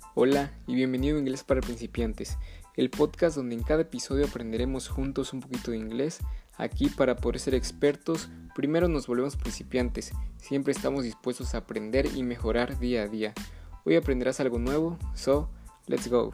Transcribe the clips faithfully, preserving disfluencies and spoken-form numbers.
Hola y bienvenido a Inglés para Principiantes, el podcast donde en cada episodio aprenderemos juntos un poquito de inglés. Aquí, para poder ser expertos, primero nos volvemos principiantes. Siempre estamos dispuestos a aprender y mejorar día a día. Hoy aprenderás algo nuevo, so let's go.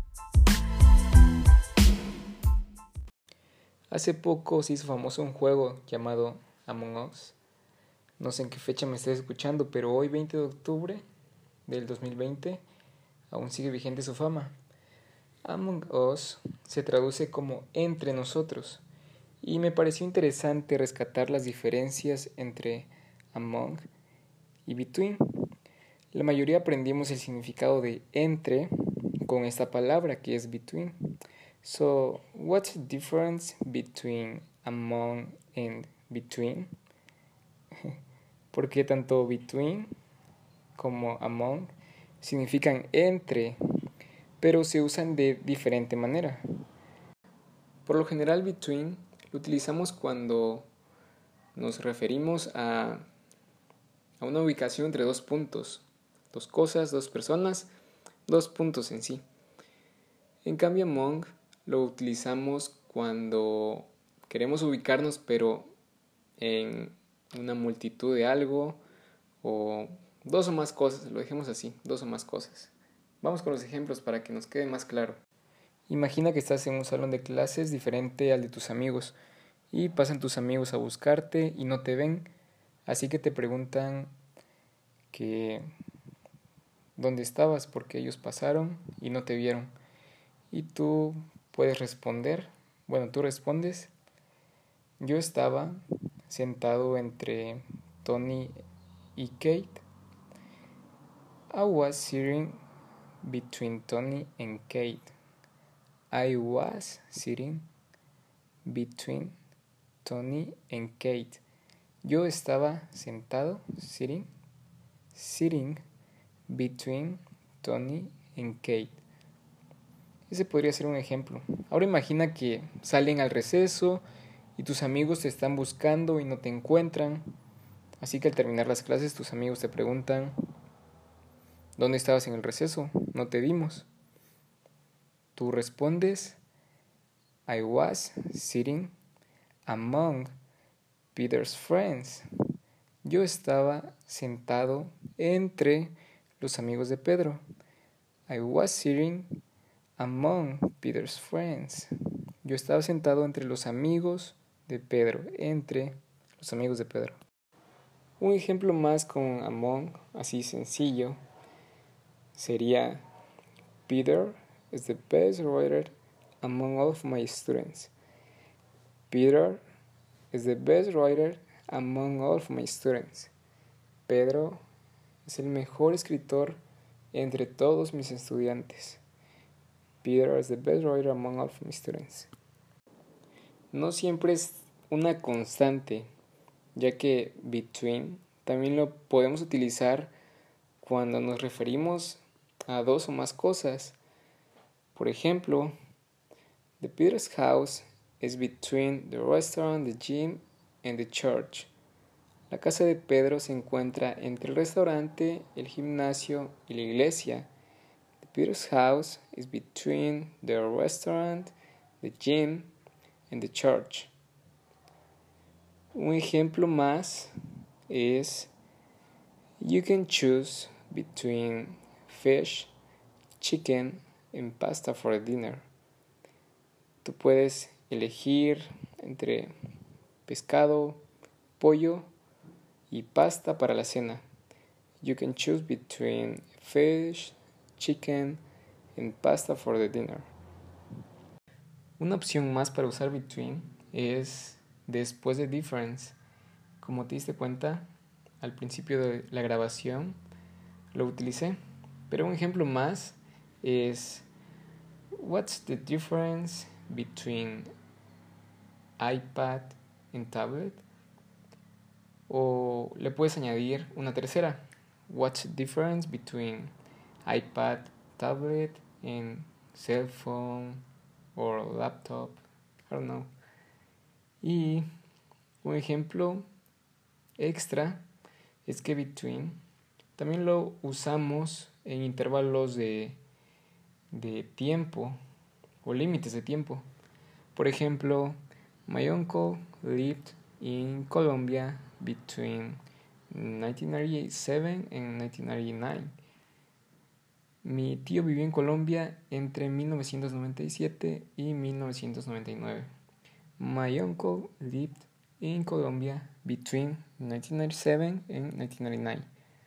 Hace poco se hizo famoso un juego llamado Among Us. No sé en qué fecha me estés escuchando, pero hoy, veinte de octubre del dos mil veinte, aún sigue vigente su fama. Among Us se traduce como entre nosotros, y me pareció interesante rescatar las diferencias entre among y between. La mayoría aprendimos el significado de entre con esta palabra que es between. So, what's the difference between among and between? Porque tanto between como among significan entre, pero se usan de diferente manera. Por lo general, between lo utilizamos cuando nos referimos a, a una ubicación entre dos puntos, dos cosas, dos personas, dos puntos en sí. En cambio, among lo utilizamos cuando queremos ubicarnos, pero en una multitud de algo o dos o más cosas, lo dejemos así, dos o más cosas. Vamos con los ejemplos para que nos quede más claro. Imagina que estás en un salón de clases diferente al de tus amigos y pasan tus amigos a buscarte y no te ven, así que te preguntan que dónde estabas porque ellos pasaron y no te vieron. Y tú puedes responder, bueno, tú respondes: yo estaba sentado entre Tony y Kate. I was sitting between Tony and Kate. I was sitting between Tony and Kate. Yo estaba sentado, sitting, sitting between Tony and Kate. Ese podría ser un ejemplo. Ahora imagina que salen al receso y tus amigos te están buscando y no te encuentran. Así que al terminar las clases tus amigos te preguntan: ¿dónde estabas en el receso? No te vimos. Tú respondes: I was sitting among Peter's friends. Yo estaba sentado entre los amigos de Pedro. I was sitting among Peter's friends. Yo estaba sentado entre los amigos de Pedro, entre los amigos de Pedro. Un ejemplo más con among, así sencillo, sería: Peter is the best writer among all of my students. Peter is the best writer among all of my students. Pedro es el mejor escritor entre todos mis estudiantes. Peter is the best writer among all of my students. No siempre es una constante, ya que between también lo podemos utilizar cuando nos referimos a dos o más cosas. Por ejemplo, the Peter's house is between the restaurant, the gym, and the church. La casa de Pedro se encuentra entre el restaurante, el gimnasio y la iglesia. The Peter's house is between the restaurant, the gym, and the church. Un ejemplo más es: you can choose between fish, chicken, and pasta for dinner. Tú puedes elegir entre pescado, pollo y pasta para la cena. You can choose between fish, chicken, and pasta for the dinner. Una opción más para usar between es después de difference. Como te diste cuenta, al principio de la grabación lo utilicé. Pero un ejemplo más es: what's the difference between iPad and tablet? O le puedes añadir una tercera: what's the difference between iPad, tablet, and cell phone or laptop? I don't know. Y un ejemplo extra es que between También lo usamos en intervalos de, de tiempo o límites de tiempo. Por ejemplo, my uncle lived in Colombia between nineteen ninety-seven and nineteen ninety-nine. Mi tío vivió en Colombia entre mil novecientos noventa y siete y mil novecientos noventa y nueve. My uncle lived in Colombia between nineteen ninety-seven and nineteen ninety-nine.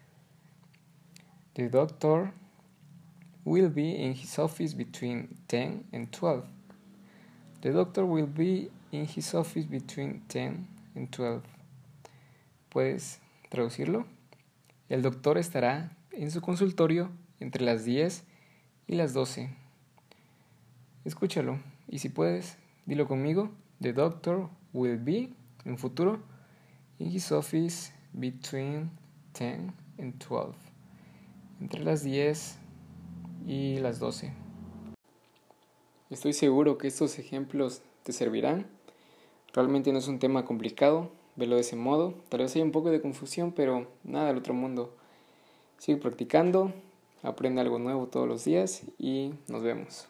The doctor will be in his office between ten and twelve. The doctor will be in his office between ten and twelve. ¿Puedes traducirlo? El doctor estará en su consultorio entre las diez y las doce. Escúchalo y si puedes, dilo conmigo. The doctor will be, en futuro, in his office between ten and twelve. Entre las diez y las doce. Estoy seguro que estos ejemplos te servirán. Realmente no es un tema complicado, velo de ese modo. Tal vez haya un poco de confusión, pero nada del otro mundo. Sigue practicando, aprende algo nuevo todos los días y nos vemos.